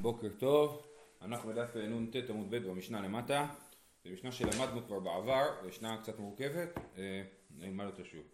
בוקר טוב, אנחנו בדף נ"ט עמוד ב' במשנה למטה. זו משנה שלמדנו כבר בעבר, משנה קצת מורכבת, נלמד אותה שוב.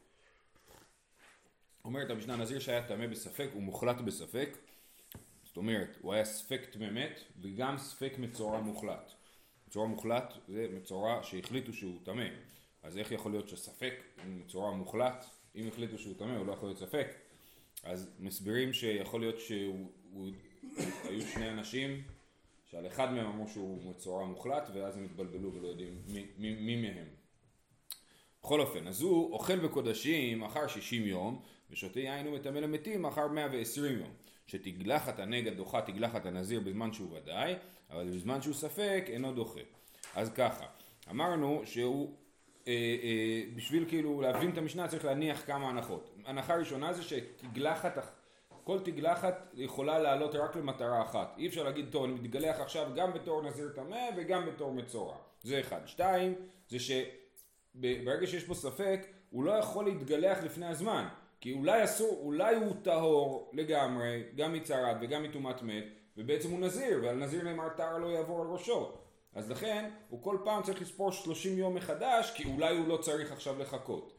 אומרת המשנה, נזיר שהיה טמא בספק ומוחלט בספק, זאת אומרת הוא היה ספק טמא וגם ספק מצורע מוחלט. מצורע מוחלט זה מצורע שהחליטו שהוא טמא, אז איך יכול להיות שספק מצורע מוחלט? אם החליטו שהוא טמא הוא לא יכול להיות ספק. אז מסבירים שיכול להיות שהיו שני אנשים שעל אחד מהם אמרו שהוא מצורע מוחלט ואז הם התבלבלו ולא יודעים מי מהם. בכל אופן, אז הוא אוכל בקודשים אחר 60 יום ושותה יין ומטמא למתים אחר 120 יום. שתגלחת הנגד דוחה תגלחת הנזיר בזמן שהוא ודאי, אבל בזמן שהוא ספק אינו דוחה. אז ככה, אמרנו שהוא בשביל כאילו להבין את המשנה צריך להניח כמה הנחות. הנחה ראשונה זה כל תגלחת יכולה לעלות רק למטרה אחת. אי אפשר להגיד טוב אני מתגלח עכשיו גם בתור נזיר טמא וגם בתור מצורע. זה אחד. שתיים, זה שברגע שיש פה ספק הוא לא יכול להתגלח לפני הזמן. כי אולי הוא טהור לגמרי, גם מצרת וגם מטומאת מת, ובעצם הוא נזיר, ועל נזיר נאמר טהר לא יעבור על ראשו. אז לכן הוא כל פעם צריך לספור 30 יום מחדש, כי אולי הוא לא צריך עכשיו לחכות.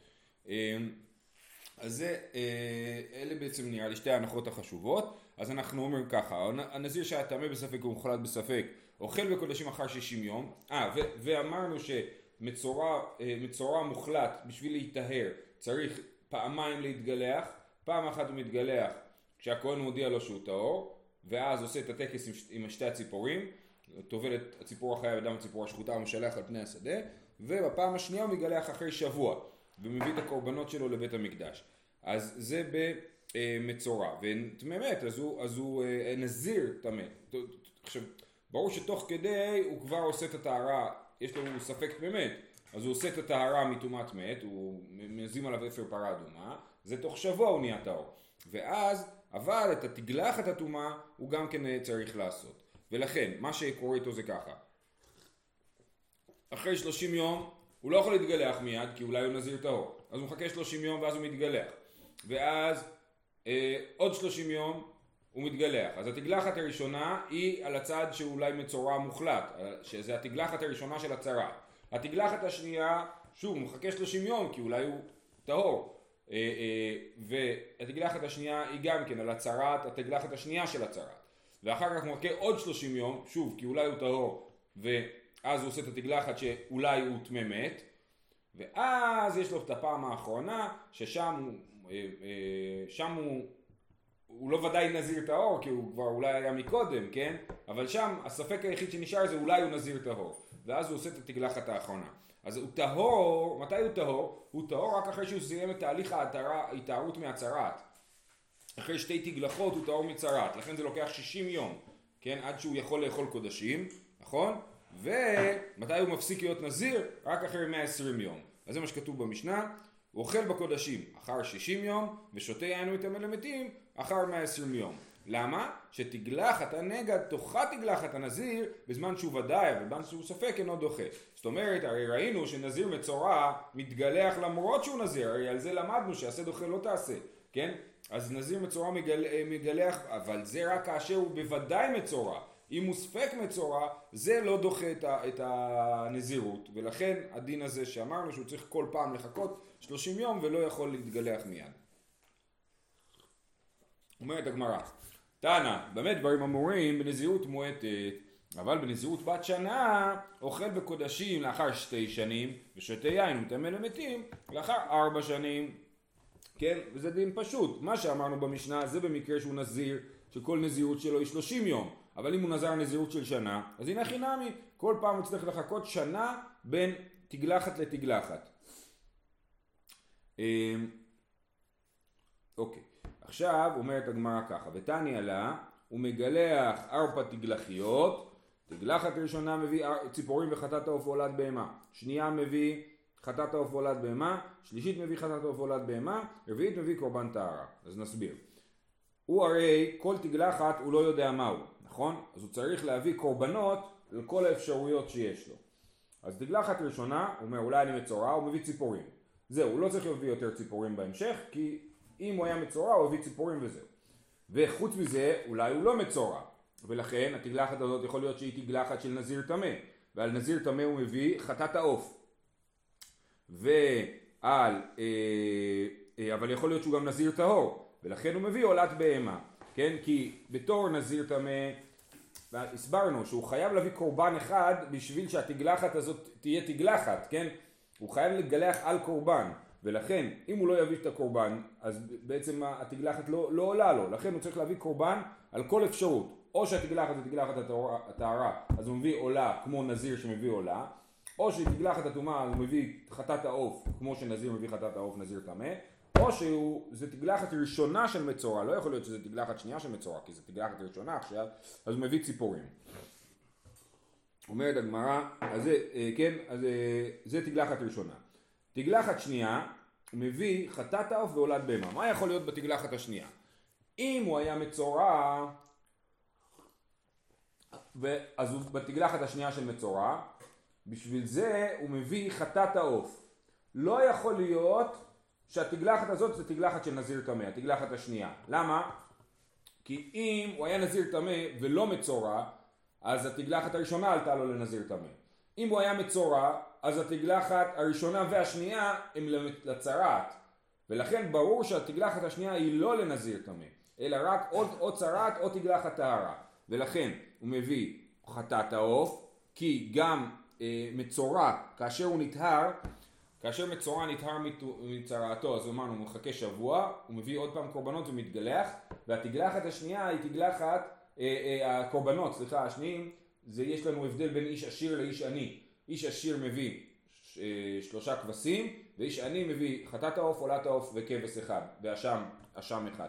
אז אלה בעצם נראה לי שתי ההנחות החשובות. אז אנחנו אומרים ככה, הנזיר שהיה טמא בספק ומוחלט בספק, אוכל בקודשים אחר 60 יום. ואמרנו שמצורע מוחלט בשביל להיטהר צריך פעמיים להתגלח. פעם אחת הוא מתגלח כשהכהן מודיע לו שהוא טהור, ואז עושה את הטקס עם שתי הציפורים, טובל את הציפור החיה ודם הציפור השחוטה ומשלח על פני השדה, ובפעם השנייה הוא מתגלח אחרי שבוע ומביא את הקורבנות שלו לבית המקדש. אז זה במצורע. וטמא אז הוא נזיר טמא. עכשיו ברור שתוך כדי הוא כבר עושה את הטהרה, יש לו ספק טמא, אז הוא עושה את הטהרה מטומאת מת, הוא מזים עליו אפר פרה אדומה, זה תוך שבוע הוא נהיה טהור. ואז אבל את התגלחת הטומאה הוא גם כן צריך לעשות. ולכן, מה שקורה איתו זה ככה. אחרי 30 יום, הוא לא יכול להתגלח מיד, כי אולי הוא נזיר טהור. אז הוא מחכה 30 יום ואז הוא מתגלח. ואז עוד 30 יום הוא מתגלח. אז התגלחת הראשונה היא על הצד שאולי מצורע מוחלט, שזה התגלחת הראשונה של הצרה. התגלחת השנייה, שוב, הוא מחכה 30 יום, כי אולי הוא טהור. והתגלחת השנייה היא גם כן על הצרת, התגלחת השנייה של הצרת. ואחר כך הוא מחכה עוד 30 יום, שוב, כי אולי הוא טהור, ואז הוא עושה את התגלחת שאולי הוא טמא מת, ואז יש לו את הפעם האחרונה, ששם הוא לא ודאי נזיר טהור, כי הוא כבר אולי היה מקודם, כן? אבל שם הספק היחיד שנשאר זה אולי הוא נזיר טהור, ואז הוא עושה את התגלחת האחרונה. אז הוא טהור, מתי הוא טהור? הוא טהור רק אחרי שהוא סיים את תהליך ההתארות מהצרת. אחרי שתי תגלחות הוא טהור מצרת, לכן זה לוקח 60 יום, כן? עד שהוא יכול לאכול קודשים, נכון? ומתי הוא מפסיק להיות נזיר? רק אחרי 120 יום. אז זה מה שכתוב במשנה, הוא אוכל בקודשים אחר 60 יום, ושותה יין ומטמא למתים אחר 120 יום. למה? שתגלחת הנגד תוכה תגלחת הנזיר בזמן שהוא ודאי, ובזמן שהוא ספק אינו דוחה. זאת אומרת, הרי ראינו שנזיר מצורע מתגלח למרות שהוא נזיר, הרי על זה למדנו שעשה דוחה לא תעשה, כן? אז נזיר מצורע מגלח, אבל זה רק כאשר הוא בוודאי מצורע. אם הוא ספק מצורע, זה לא דוחה את הנזירות, ולכן הדין הזה שאמרנו שהוא צריך כל פעם לחכות 30 יום ולא יכול להתגלח מיד. אומרת הגמרא, תנא, באמת דברים אמורים בנזירות מועטת, אבל בנזירות בת שנה אוכל בקודשים לאחר 2 שנים, ושותה יין ומטמא למתים לאחר 4 שנים. כן, וזה דין פשוט. מה שאמרנו במשנה זה במקרה שהוא נזיר, שכל נזירות שלו היא 30 יום. אבל אם הוא נזר נזירות של שנה, אז הנה חינמי, כל פעם הוא צריך לחכות שנה בין תגלחת לתגלחת. אוקיי. עכשיו אומרת הגמרא ככה, ותניא לה, הוא מגלח 4 תגלחיות, תגלחת ראשונה מביא ציפורים וחטאת העוף והולד בהמה, שנייה מביא חטאת העוף והולד בהמה, שלישית מביא חטאת העוף והולד בהמה, רביעית מביא קורבן טהרה. אז נסביר. הוא הרי כל תגלחת הוא לא יודע מהו, נכון? אז הוא צריך להביא קורבנות לכל האפשרויות שיש לו. אז תגלחת ראשונה, הוא אומר אולי אני מצורע, הוא מביא ציפורים. זהו, הוא לא צריך להביא יותר ציפורים בהמשך, כי אם הוא היה מצורע הוא הביא ציפורים וזהו. וחוץ מזה אולי הוא לא מצורע, ולכן התגלחת הזאת יכול להיות שהיא תגלחת של נזיר טמא, ועל נזיר טמא הוא מביא חטאת העוף. אבל יכול להיות שהוא גם נזיר טהור, ולכן הוא מביא עולת בהמה, כן? כי בתור נזיר טמא, הסברנו שהוא חייב להביא קורבן אחד בשביל שהתגלחת הזאת תהיה תגלחת, כן? הוא חייב לגלח על קורבן, ולכן אם הוא לא יביא את הקורבן, אז בעצם התגלחת לא עולה לו, לכן הוא צריך להביא קורבן על כל אפשרות. או שהתגלחת זה תגלחת הטהרה, אז הוא מביא עולה כמו נזיר שמביא עולה, או שתגלחת הטומאה, אז הוא מביא חטאת העוף, כמו שנזיר מביא חטאת העוף, נזיר טמא, או שזה תגלחת ראשונה של מצורע, לא יכול להיות שזה תגלחת שנייה של מצורע, כי זה תגלחת ראשונה עכשיו, אז הוא מביא ציפורים. אומרת הגמרא, אז זה תגלחת ראשונה. תגלחת שנייה, הוא מביא חטאת העוף ועולת בהמה. מה יכול להיות בתגלחת השנייה? אם הוא היה מצורע, אז הוא בתגלחת השנייה של מצורע, בשביל זה הוא מביא חטאת העוף. לא יכול להיות שהתגלחת הזאת זה תגלחת של נזיר טמא, התגלחת השנייה. למה? כי אם הוא היה נזיר טמא ולא מצורע, אז התגלחת הראשונה עלתה לו לנזיר טמא. אם הוא היה מצורע, אז התגלחת הראשונה והשנייה הם לצרעת. ולכן ברור שהתגלחת השנייה היא לא לנזיר טמא, אלא רק או צרעת או תגלחת טהרה. ולכן הוא מביא חטאת העוף, כי גם מצורע, כאשר הוא נטהר, כאשר מצורע נטהר מצרעתו, אז אמרנו, הוא מחכה שבוע, הוא מביא עוד פעם קורבנות ומתגלח, והתגלחת השנייה היא תגלחת, הקורבנות, השניים, זה יש לנו הבדל בין איש עשיר לאיש עני. איש עשיר מביא 3 כבשים, ואיש עני מביא חטאת העוף, עולת העוף וכבש אחד, ואשם אחד.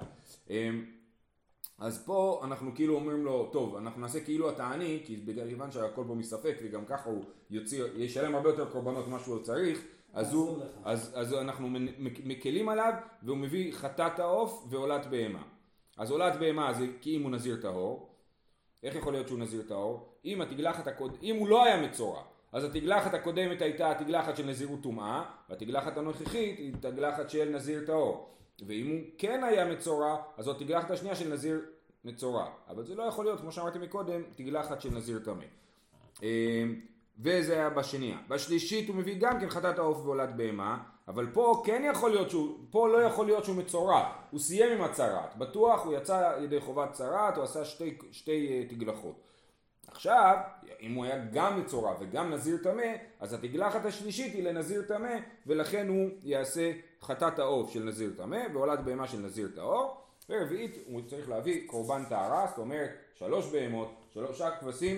אז פה אנחנו כאילו אומרים לו, טוב, אנחנו נעשה כאילו אתה עני, כי בגלל שהכל פה מספק, וגם ככה הוא ישלם הרבה יותר קורבנות ממה שהוא צריך, אז אנחנו מקלים עליו, והוא מביא חטאת העוף ועולת בהמה. אז עולת בהמה זה כי אם הוא נזיר טהור. איך יכול להיות שהוא נזיר טהור? אם הוא לא היה מצורע, אז התגלחת הקודמת הייתה התגלחת של נזירות טומאה, והתגלחת הנוכחית היא תגלחת של נזיר טהור. ואם הוא כן היה מצורע, אז זאת תגלחת השנייה של נזיר מצורע. אבל זה לא יכול להיות, כמו שאמרתי מקודם, תגלחת של נזיר טמא. וזה היה בשנייה. בשלישית הוא מביא גם כן חטאת העוף ועולת בהמה, אבל פה כן יכול להיות פה לא יכול להיות שהוא מצורע. הוא סיים עם הצרעת. בטוח הוא יצא ידי חובת צרעת, הוא עשה שתי תגלחות. עכשיו, אם הוא היה גם מצורע וגם נזיר טמא, אז התגלחת השלישית היא לנזיר טמא, ולכן הוא יעשה חטאת העוף של נזיר טמא ועולת בהמה של נזיר טהור. ורביעית הוא צריך להביא קורבן טהרה, זאת אומרת 3 בהמות, 3 כבשים,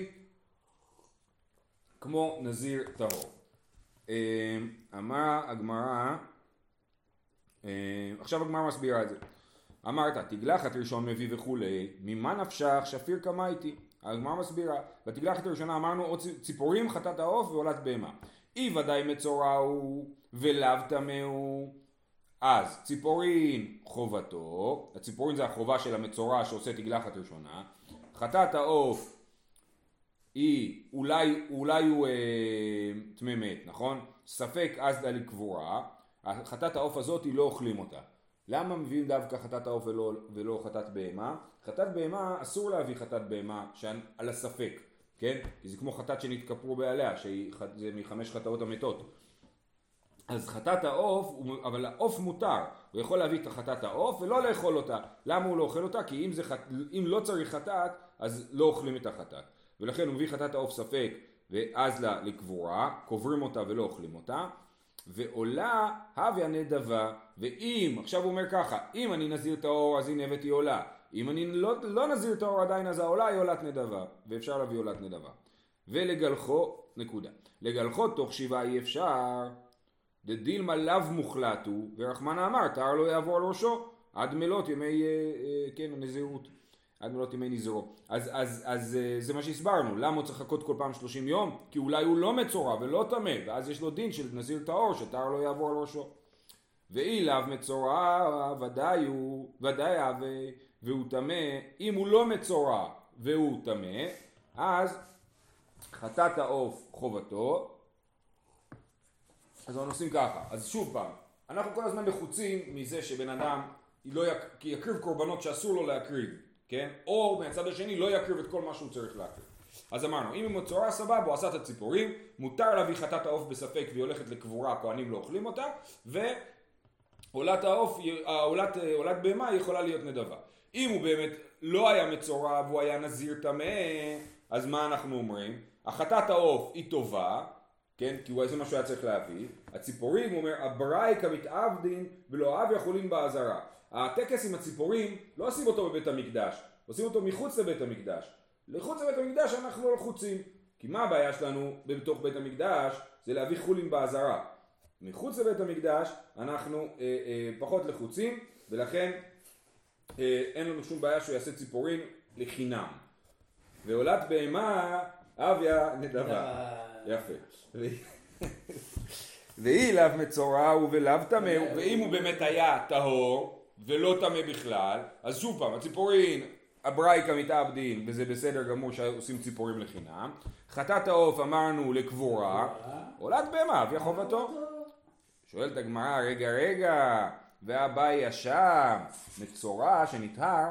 כמו נזיר טהור. אמרה הגמרא, עכשיו הגמרא מסבירה את זה. אמרת, תגלחת ראשון מביא וכולי, ממה נפשך שפיר כמייתי? הגמרא מסבירה, בתגלחת הראשונה אמרנו עוד ציפורים, חטאת העוף ועולת בהמה. אי ודאי מצורע הוא ולאו טמא הוא, אז ציפורין חובתו, הציפורין זה החובה של המצורע שעושה תגלחת ראשונה, חטאת העוף היא אולי הוא טמא מת, נכון? ספק אז לקבורה, חטאת העוף הזאת היא לא אוכלים אותה. למה מביאים דווקא חטאת העוף ולא חטאת בהמה? חטאת בהמה אסור להביא חטאת בהמה על הספק, כן? כי זה כמו חטאת שנתכפרו בעליה, שזה מ5 חטאות המתות. אז חטאת העוף, אבל העוף מותר, הוא יכול להביא את חטאת העוף ולא לאכול אותה. למה הוא לא אוכל אותה? כי אם לא צריך חטאת, אז לא אוכלים את החטאת. ולכן הוא מביא חטאת העוף ספק ואז לקבורה, קוברים אותה ולא אוכלים אותה. ועולה הווה הנדבה, ואם, עכשיו הוא אומר ככה, אם אני נזיר טהור אז הנה הבאתי עולה, אם אני לא נזיר טהור עדיין אז העולה היא עולת נדבה, ואפשר להביא עולת נדבה. ולגלחו, נקודה, לגלחו תוך 7 אי אפשר, דדילמה לאו מוחלט הוא, ורחמנה אמר, טהר לא יעבור על ראשו, עד מלות ימי, הנזירות. עד מלות ימי נזירו. אז זה מה שהסברנו, למה הוא צריך לחכות כל פעם 30 יום? כי אולי הוא לא מצורע ולא טמא, ואז יש לו דין של נזיר טהור, שטהר לא יעבור על ראשו. ואי לאו מצורע, ודאי והוא טמא, אם הוא לא מצורע והוא טמא, אז חטאת העוף חובתו. אז אנחנו עושים ככה, אז שוב פעם, אנחנו כל הזמן לחוצים מזה שבן אדם יקריב קורבנות שאסור לו להקריב. כן? או מהצד השני לא יקריב את כל מה שהוא צריך להקריב. אז אמרנו, אם היא מצורע סבבה, הוא עשה את הציפורים, מותר להביא חטאת העוף בספק והיא הולכת לקבורה, הכהנים לא אוכלים אותה, ועולת העוף, עולת בהמה יכולה להיות נדבה. אם הוא באמת לא היה מצורע והוא היה נזיר טמא, אז מה אנחנו אומרים? החטאת העוף היא טובה, כן? כי זה מה שהוא היה צריך להביא. הציפורים, הוא אומר, הבראי כמתעבדין ולא אב יכולים בעזרה. הטקס עם הציפורים, לא עושים אותו בבית המקדש, עושים אותו מחוץ לבית המקדש. לחוץ לבית המקדש אנחנו לא לחוצים. כי מה הבעיה שלנו בתוך בית המקדש? זה להביא חולים בעזרה. מחוץ לבית המקדש אנחנו פחות לחוצים, ולכן אין לנו שום בעיה שהוא יעשה ציפורים לחינם. ועולת בהמה, אביה נדבה. יפה. והיא לאו מצורע ולאו טמא, ואם הוא באמת היה טהור ולא טמא בכלל, אז שוב פעם, הציפורים, הבראי כמתעבדין, וזה בסדר גמור שעושים ציפורים לחינם. חטאת העוף אמרנו לקבורה, עולת בהמה, אביה חובתו. שואלת הגמרא, רגע, והבאי אשם, מצורע שנטהר,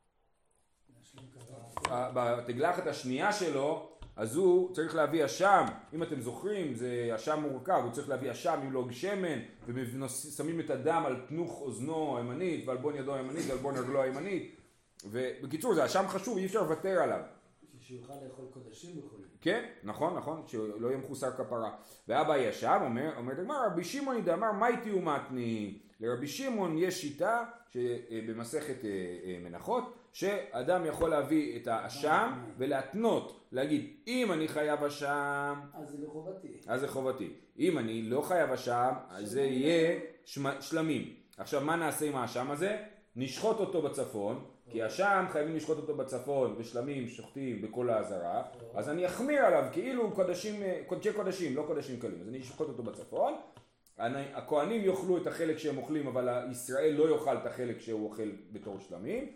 בתגלחת השנייה שלו, אז הוא צריך להביא אשם, אם אתם זוכרים, זה אשם מורכב, הוא צריך להביא אשם עם לוג שמן, ושמים את הדם על תנוך אוזנו הימנית, ועל בון ידו הימנית, ועל בון רגלו הימנית, ובקיצור זה אשם חשוב, אי אפשר לוותר עליו. שיוכל לאכול קודשים וכו'. כן, נכון, שלא יהיה מחוסר כפרה. ואבא ישב, אומרת הגמרא, רבי שמעון דאמר מייטי ומתני. לרבי שמעון יש שיטה במסכת מנחות, שאדם יכול להביא את האשם ולהתנות, להגיד, אם אני חייב אשם, אז זה חובתי. אם אני לא חייב אשם, אז זה יהיה שלמים. עכשיו מה נעשה עם האשם הזה? נשחוט אותו בצפון, כי אשם חייבים לשחוט אותו בצפון, ושלמים שוחטים בכל העזרה, אז אני אחמיר עליו כאילו קודשי קודשים, לא קודשים קלים, אז אני אשחוט אותו בצפון, הכהנים יאכלו את החלק שהם אוכלים, אבל ישראל לא יאכל את החלק שהוא אוכל בתור שלמים,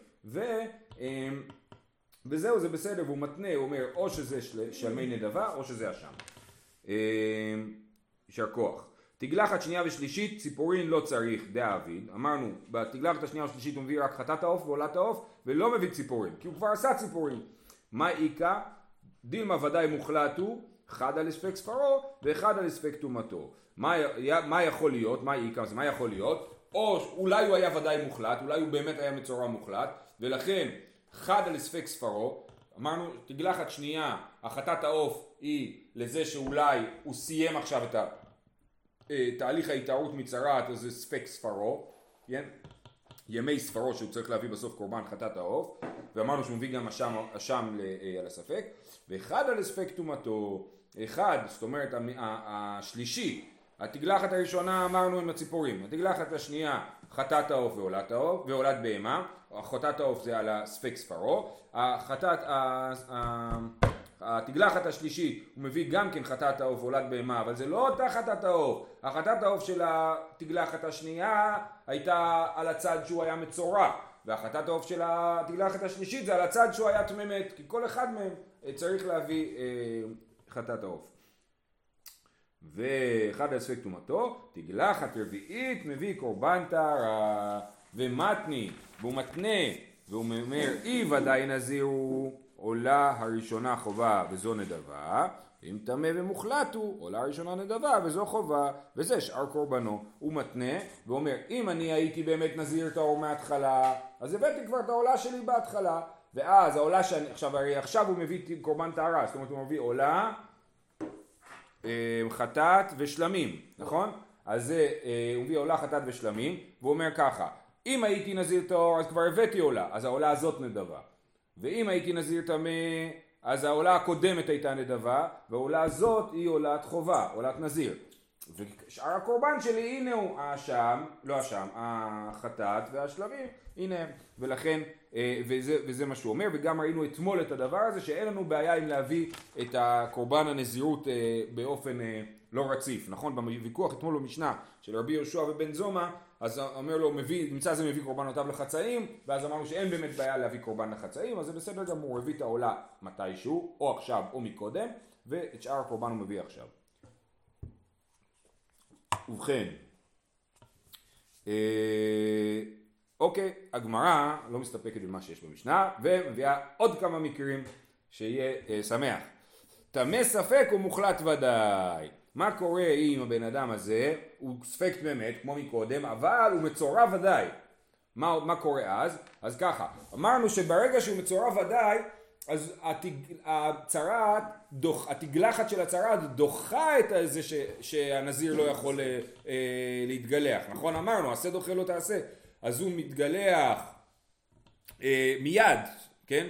וזהו, זה בסדר, והוא מתנה, הוא אומר, או שזה שלמי נדבה, או שזה אשם. יישר כוח. תגלחת שנייה ושלישית, ציפורין לא צריך דאביד. אמרנו, בתגלחת השנייה ושלישית הוא מביא רק חטאת העוף ועולת העוף, ולא מביא ציפורין, כי הוא כבר עשה ציפורין. מה איקה? דילמה ודאי מוחלט הוא, אחד על הספק ספרו, ואחד על הספק תומתו. מה יכול להיות? מה איקה? מה יכול להיות? או אולי הוא היה ודאי מוחלט, אולי הוא באמת היה מצורע מוחלט, ולכן אחד על הספק ספרו, אמרנו, תגלחת שנייה, החטאת העוף היא לזה שאולי הוא סיים עכשיו את תהליך ההתארות מצרעת, אז זה ספק ספרו, כן? ימי ספרו שהוא צריך להביא בסוף קורבן חטאת העוף, ואמרנו שהוא מביא גם אשם על הספק, ואחד על הספק תומתו, אחד, זאת אומרת השלישי, התגלחת הראשונה אמרנו עם הציפורים, התגלחת השנייה חטאת העוף ועולת בהמה, חטאת העוף זה על הספק ספרו, התגלחת השלישית הוא מביא גם כן חטאת העוף ועולת בהמה, אבל זה לא אותה חטאת העוף. החטאת העוף של התגלחת השנייה הייתה על הצד שהוא היה מצורע, והחטאת העוף של התגלחת השלישית זה על הצד שהוא היה טמא מת, כי כל אחד מהם צריך להביא חטאת העוף. ואחד על ספק תומתו, תגלחת רביעית מביא קורבן טהרה ומתני, והוא מתנה, והוא אומר, אי ודאי נזיר הוא עולה הראשונה חובה וזו נדבה, אם טמא ומוחלט הוא עולה הראשונה נדבה וזו חובה, וזה שאר קורבנו. הוא מתנה ואומר, אם אני הייתי באמת נזיר טהור מההתחלה, אז הבאתי כבר את העולה שלי בהתחלה, ואז העולה שאני, עכשיו הוא מביא קורבן טהרה, זאת אומרת הוא מביא עולה, חטאת ושלמים, נכון? אז זה, הוא מביא עולה, חטאת ושלמים, והוא אומר ככה, אם הייתי נזיר טהור אז כבר הבאתי עולה, אז העולה הזאת נדבה. ואם הייתי נזיר טמא, אז העולה הקודמת הייתה נדבה, והעולה הזאת היא עולת חובה, עולת נזיר. ושאר הקורבן שלי, הנה הוא האשם, לא האשם, החטאת והשלמים, הנה הם. ולכן, וזה מה שהוא אומר, וגם ראינו אתמול את הדבר הזה, שאין לנו בעיה עם להביא את הקורבן הנזירות באופן לא רציף, נכון? בוויכוח אתמול במשנה של רבי יהושע ובן זומא, אז אומר לו, נמצא זה מביא קורבנותיו לחצאים, ואז אמרנו שאין באמת בעיה להביא קורבן לחצאים, אז זה בסדר גמור, הוא הביא את העולה מתישהו, או עכשיו או מקודם, ואת שאר הקורבן הוא מביא עכשיו. ובכן, אוקיי, הגמרא לא מסתפקת במה שיש במשנה, ומביאה עוד כמה מקרים שיהיה שמח. טמא ספק ומוחלט ודאי. מה קורה אם הבן אדם הזה הוא ספק באמת, כמו מקודם, אבל הוא מצורע ודאי? מה קורה אז? אז ככה, אמרנו שברגע שהוא מצורע ודאי, אז התגלחת של הצרעת דוחה את זה שהנזיר לא יכול להתגלח, נכון? אמרנו, עשה דוחה לא תעשה, אז הוא מתגלח מיד, כן?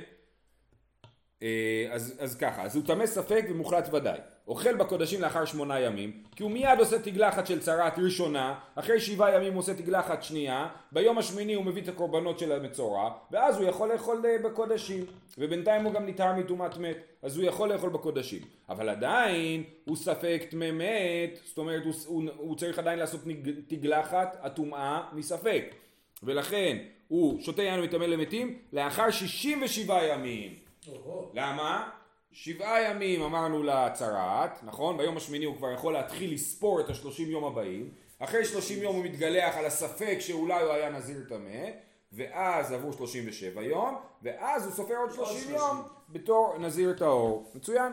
אז ככה, אז הוא טמא ספק ומוחלט ודאי. אוכל בקודשים לאחר 8 ימים, כי הוא מיד עושה תגלחת של צרעת ראשונה, אחרי 7 ימים הוא עושה תגלחת שנייה, ביום השמיני הוא מביא את הקורבנות של המצורע, ואז הוא יכול לאכול בקודשים, ובינתיים הוא גם נטהר מטומאת מת, אז הוא יכול לאכול בקודשים. אבל עדיין הוא ספק טמא מת, זאת אומרת הוא צריך עדיין לעשות תגלחת הטומאה מספק, ולכן הוא שותה יין ומטמא למתים לאחר 67 ימים. למה? 7 ימים אמרנו לצרעת, נכון? ביום השמיני הוא כבר יכול להתחיל לספור את 30 יום הבאים, אחרי 30 יום הוא מתגלח על הספק שאולי הוא היה נזיר טמא, ואז עבור 37 יום, ואז הוא סופר עוד 30 יום בתור נזיר טהור. מצוין?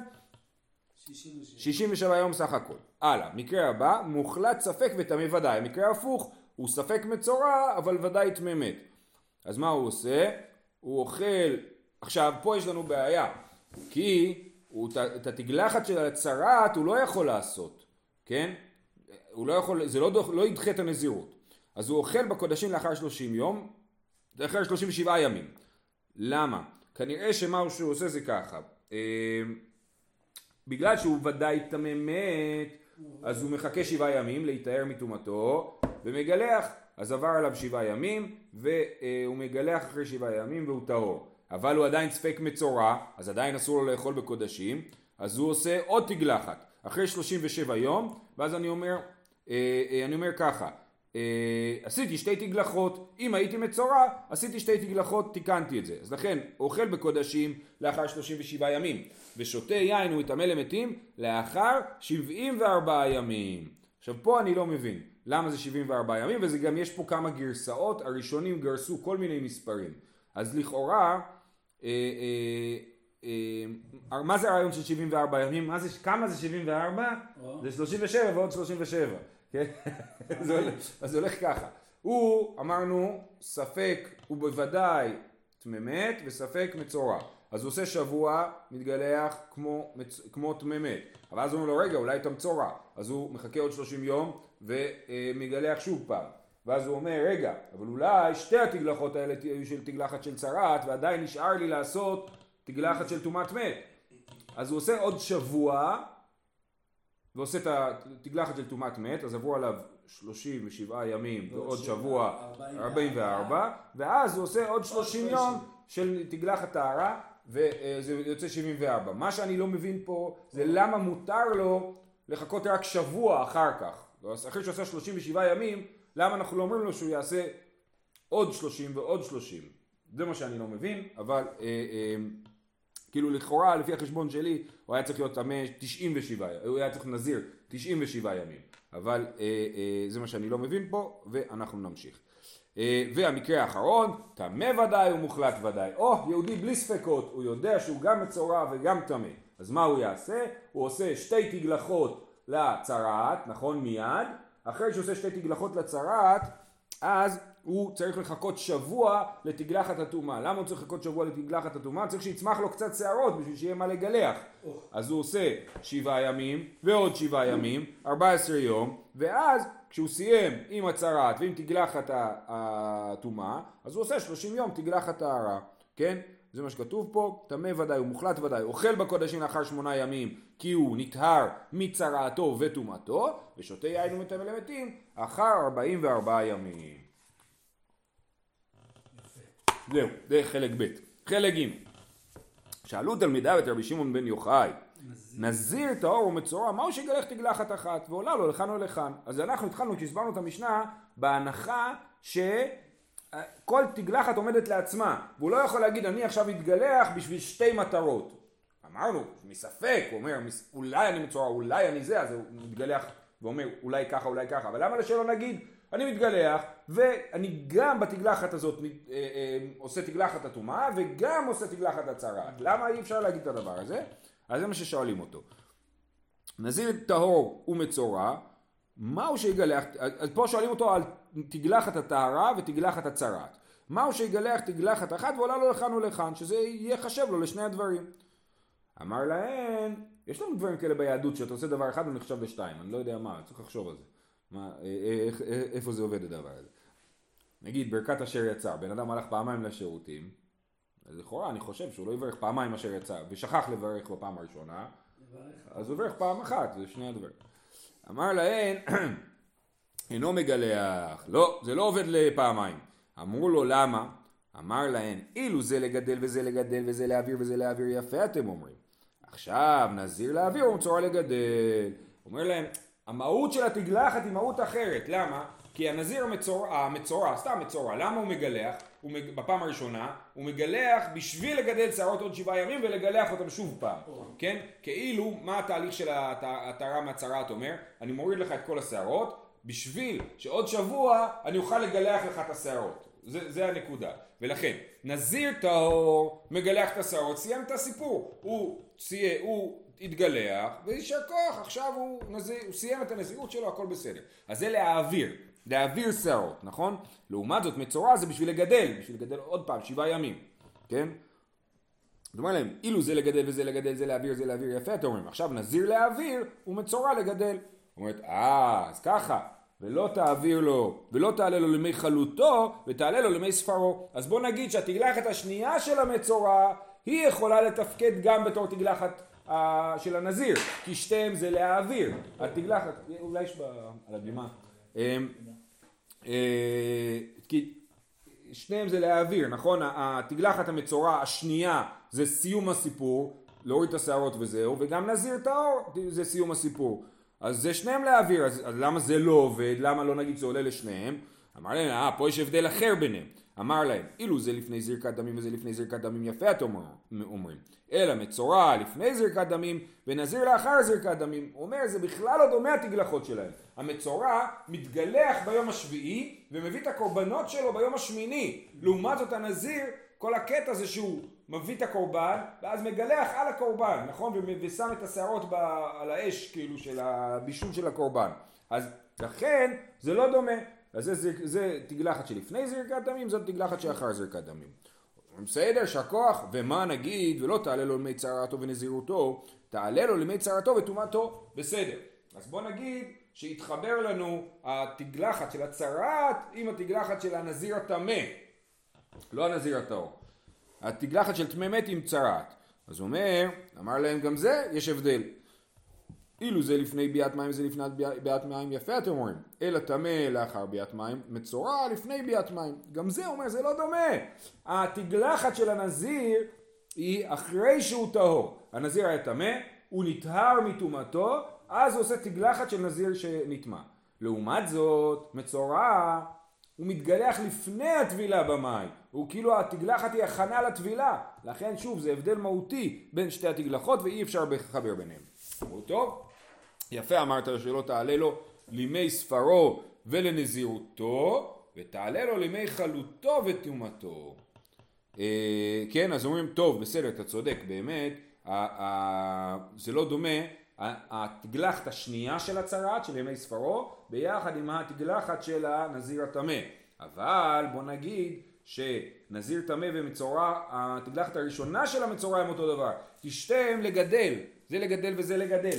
67 יום סך הכל. הלאה, מקרה הבא, מוחלט ספק וטמא ודאי. מקרה הפוך, הוא ספק מצורע אבל ודאי טמא מת. אז מה הוא עושה? הוא אוכל, עכשיו פה יש לנו בעיה, כי את התגלחת של הצרעת הוא לא יכול לעשות, כן? הוא לא יכול, זה לא ידחה את הנזירות. אז הוא אוכל בקודשים לאחר 30 יום, לאחר 37 ימים. למה? כנראה שמה שהוא עושה זה ככה. בגלל שהוא ודאי טמא מת, אז הוא מחכה 7 ימים להיטהר מטומאתו, ומגלח, אז עבר עליו 7 ימים, והוא מגלח אחרי 7 ימים והוא טהור. אבל הוא עדיין ספק מצורע, אז עדיין אסור לו לאכול בקודשים, אז הוא עושה עוד תגלחת, אחרי 37 יום, ואז אני אומר ככה, עשיתי 2 תגלחות, אם הייתי מצורע, עשיתי 2 תגלחות, תיקנתי את זה. אז לכן, אוכל בקודשים לאחר 37 ימים, ושותה יין ומטמא למתים לאחר 74 ימים. עכשיו פה אני לא מבין, למה זה 74 ימים, וזה גם יש פה כמה גרסאות, הראשונים גרסו כל מיני מספרים. אז לכאורה, מה זה הרעיון של 74 ימים? כמה זה 74? זה 37 ועוד 37. אז זה הולך ככה. הוא, אמרנו, ספק הוא בוודאי טמא מת וספק מצורע. אז הוא עושה שבוע, מתגלח כמו טמא מת. אבל אז הוא אומר לו, רגע, אולי אתה מצורע. אז הוא מחכה עוד 30 יום ומגלח שוב פעם. ואז הוא אומר, רגע, אבל אולי 2 התגלחות האלה תהיו של תגלחת של צרעת, ועדיין נשאר לי לעשות תגלחת של טומאת מת. אז הוא עושה עוד שבוע, ועושה את התגלחת של טומאת מת, אז עברו עליו 37 ימים, ועוד שבוע 44, ואז הוא עושה עוד 30 יום של תגלחת טהרה, וזה יוצא 74. מה שאני לא מבין פה, זה למה מותר לו לחכות רק שבוע אחר כך. אחרי שהוא עושה 37 ימים, למה אנחנו לא אומרים לו שהוא יעשה עוד 30 ועוד 30? זה מה שאני לא מבין, אבל כאילו לכאורה לפי החשבון שלי הוא היה צריך להיות טמא 97, הוא היה צריך נזיר 97 ימים, אבל זה מה שאני לא מבין פה, ואנחנו נמשיך. והמקרה האחרון, טמא ודאי ומוחלט ודאי. יהודי בלי ספקות, הוא יודע שהוא גם מצורע וגם טמא. אז מה הוא יעשה? הוא עושה 2 תגלחות לצרעת, נכון, מיד. אחרי שהוא עושה 2 תגלחות לצרעת, אז הוא צריך לחכות שבוע לתגלחת הטומאה. למה הוא צריך לחכות שבוע לתגלחת הטומאה? צריך שיצמח לו קצת שערות בשביל שיהיה מה לגלח. אז הוא עושה 7 ימים ועוד 7 ימים, 14 יום, ואז כשהוא סיים עם הצרעת ועם תגלחת הטומאה, אז הוא עושה 30 יום תגלחת טהרה. כן? זה מה שכתוב פה, טמא ודאי ומוחלט ודאי, אוכל בקודשים לאחר 8 ימים, כי הוא נטהר מצרעתו וטומאתו, ושותה יין ומטמא למתים אחר 44 ימים. זהו, זה חלק ב'. חלק ג'. שאלו תלמידיו את רבי שמעון בן יוחאי, נזיר טהור ומצורע, מהו שיגלח תגלחת אחת? ועולה לו לכאן או לכאן. אז אנחנו התחלנו כשהסברנו את המשנה בהנחה כל תגלחת עומדת לעצמה, והוא לא יכול להגיד אני עכשיו אתגלח בשביל 2 מטרות. אמרנו, מספק, הוא אומר אולי אני מצורע, אולי אני זה, אז הוא מתגלח ואומר אולי ככה, אולי ככה, אבל למה שלא נגיד אני מתגלח, ואני גם בתגלחת הזאת עושה תגלחת הטומאה, וגם עושה תגלחת הצרעת. למה אי אפשר להגיד את הדבר הזה? אז זה מה ששואלים אותו. נזיר טהור ומצורע, מהו שיגלח? אז פה שואלים אותו על תגלחת הטהרה ותגלחת הצרעת. מהו שיגלח תגלחת אחת ועולה לו לכאן ולכאן, שזה יהיה חשב לו לשני הדברים. אמר להם, יש לנו דברים כאלה ביהדות שאתה עושה דבר אחד ונחשב לשתיים, אני לא יודע מה, צריך לחשוב על זה. איפה זה עובד הדבר הזה? נגיד ברכת אשר יצא, בן אדם הלך פעמיים לשירותים, אז לכאורה אני חושב שהוא לא יברך פעמיים אשר יצא ושכח לברך בפעם הראשונה, אז הוא יברך פעם אחת, זה שני הדברים. אמר להם, אינו מגלח, לא, זה לא עובד לפעמיים. אמרו לו למה? אמר להם, אילו זה לגדל וזה לגדל וזה להעביר וזה להעביר יפה אתם אומרים. עכשיו נזיר להעביר ומצורע לגדל. אומר להם, המהות של התגלחת היא מהות אחרת. למה? כי הנזיר המצורע, סתם מצורע, למה הוא מגלח? בפעם הראשונה, הוא מגלח בשביל לגדל שערות עוד 7 ימים ולגלח אותם שוב פעם. כן? כאילו, מה התהליך של הטהרה מהצרעת אומר? אני מוריד לך את כל השערות, בשביל שעוד שבוע אני אוכל לגלח לך את השערות. זה הנקודה. ולכן, נזיר טהור מגלח את השערות, סיים את הסיפור. הוא התגלח, וישר כוח, עכשיו הוא סיים את הנזירות שלו, הכל בסדר. אז זה להעביר שערות, נכון? לעומת זאת, מצורע זה בשביל לגדל עוד פעם, 7 ימים, כן? זאת אומרת להם, אילו זה לגדל וזה לגדל, זה להעביר יפה, אתם אומרים, עכשיו נזיר להעביר, ומצורע לגדל. אומרת, אז ככה, ולא תעביר לו, ולא תעלה לו למי חלוטו, ותעלה לו למי ספרו. אז בוא נגיד שהתגלחת השנייה של המצורע, היא יכולה לתפקד גם בתור תגלחת של הנזיר, כי שתיהם זה להעביר. התגלחת, אולי יש על הבימה, כי שניהם זה להעביר, נכון? התגלחת המצורע השנייה זה סיום הסיפור, להוריד את השערות וזהו, וגם נזיר טהור זה סיום הסיפור. אז זה שניהם להעביר, אז למה זה לא עובד? למה לא נגיד זה עולה לשניהם? אמר להם, פה יש הבדל אחר ביניהם. אמר להם, אילו זה לפני זריקת דמים וזה לפני זריקת דמים יפה אתם אומרים. אלא מצורע לפני זריקת דמים ונזיר לאחר זריקת דמים. הוא אומר, זה בכלל לא דומה התגלחות שלהם. המצורע מתגלח ביום השביעי ומביא את הקורבנות שלו ביום השמיני. לעומת זאת הנזיר, כל הקטע זה שהוא מביא את הקורבן ואז מגלח על הקורבן, נכון? ושם את השערות על האש כאילו של הבישול של הקורבן. אז לכן זה לא דומה. אז זה תגלחת שלפני זריקת דמים, זאת תגלחת שאחר זריקת דמים. בסדר, שהכוח, ומה נגיד, ולא תעלה לו למי צרעתו ונזירותו, תעלה לו למי צרעתו וטומאתו, בסדר. אז בוא נגיד שהתחבר לנו התגלחת של הצרעת עם התגלחת של הנזיר הטמא, לא הנזיר הטהור. התגלחת של טמא מת עם צרעת. אז הוא אמר להם גם זה, יש הבדל. אילו זה לפני ביאת מים וזה לפני ביאת מים יפה אתם אומרים, אלא טמא לאחר ביאת מים, מצורע לפני ביאת מים. גם זה אומר, זה לא דומה. התגלחת של הנזיר היא אחרי שהוא טהור. הנזיר היה טמא, הוא נטהר מטומאתו, אז הוא עושה תגלחת של נזיר שנטמא. לעומת זאת, מצורע הוא מתגלח לפני הטבילה במים. הוא כאילו התגלחת היא הכנה לטבילה. לכן שוב זה הבדל מהותי בין שתי התגלחות ואי אפשר לחבר ביניהם. טוב, יפה אמרת שלא תעלה לו לימי ספרו ולנזירותו ותעלה לו לימי חלוטו וטומאתו. כן, אז אומרים טוב בסדר אתה צודק באמת זה לא דומה התגלחת השנייה של הצרעת של ימי ספרו ביחד עם התגלחת של הנזיר הטמא. אבל בוא נגיד שנזיר טמא ומצורע, התגלחת הראשונה של המצורע הם אותו דבר, תשתיהם לגדל, זה לגדל וזה לגדל.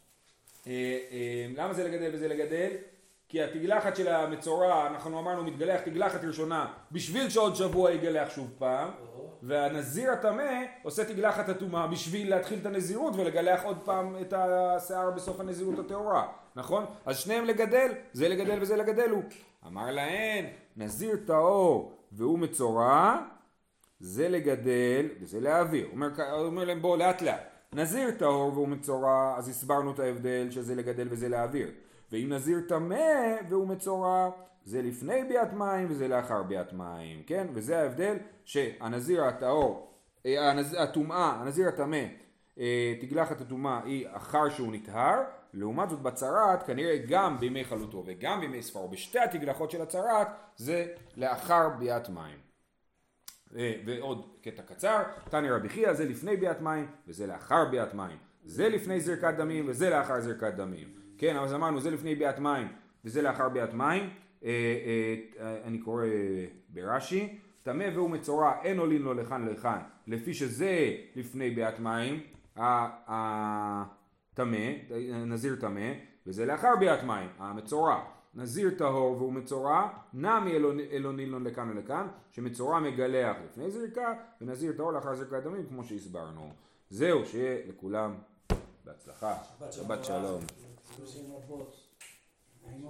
למה זה לגדל וזה לגדל? כי התגלחת של המצורע, אנחנו אמרנו מתגלח תגלחת ראשונה בשביל שעוד שבוע יגלח שוב פעם, והנזיר הטמא עושה תגלחת הטומאה בשביל להתחיל את הנזירות ולגלח עוד פעם את השיער בסוף הנזירות הטהורה, נכון? אז שניהם לגדל, זה לגדל וזה לגדל הוא. אמר להן, נזיר טהור והוא מצורע, זה לגדל וזה להעביר. אומר להם בואו לאט לאט. נזיר טהור והוא מצורע, אז הסברנו את ההבדל שזה לגדל וזה להעביר. ואם נזיר טמא והוא מצורע, זה לפני ביאת מים וזה לאחר ביאת מים, כן? וזה ההבדל שהנזיר הטהור, הטומאה, הנזיר הטמא, תגלחת הטומאה היא אחר שהוא נטהר, לעומת זאת בצרת כנראה גם בימי חלוטו וגם בימי ספרו, בשתי התגלחות של הצרת זה לאחר ביאת מים. ועוד קטע קצר, תני רבי חייא, זה לפני ביאת מים וזה לאחר ביאת מים, זה לפני זרקת דמים וזה לאחר זרקת דמים. כן, אז אמרנו זה לפני ביאת מים וזה לאחר ביאת מים. אני קורא ברש"י, טמא והוא מצורע אין עולין לו לכאן לכאן, לפי שזה לפני ביאת מים טמא, נזיר טמא, וזה לאחר ביאת מים המצורע. נזיר טהור והוא מצורע, נמי אלונילון לכאן ולכאן, שמצורע מגלח לפני זריקה, ונזיר טהור לאחר זריקת דמים, כמו שהסברנו. זהו, שיהיה לכולם בהצלחה. שבת שלום.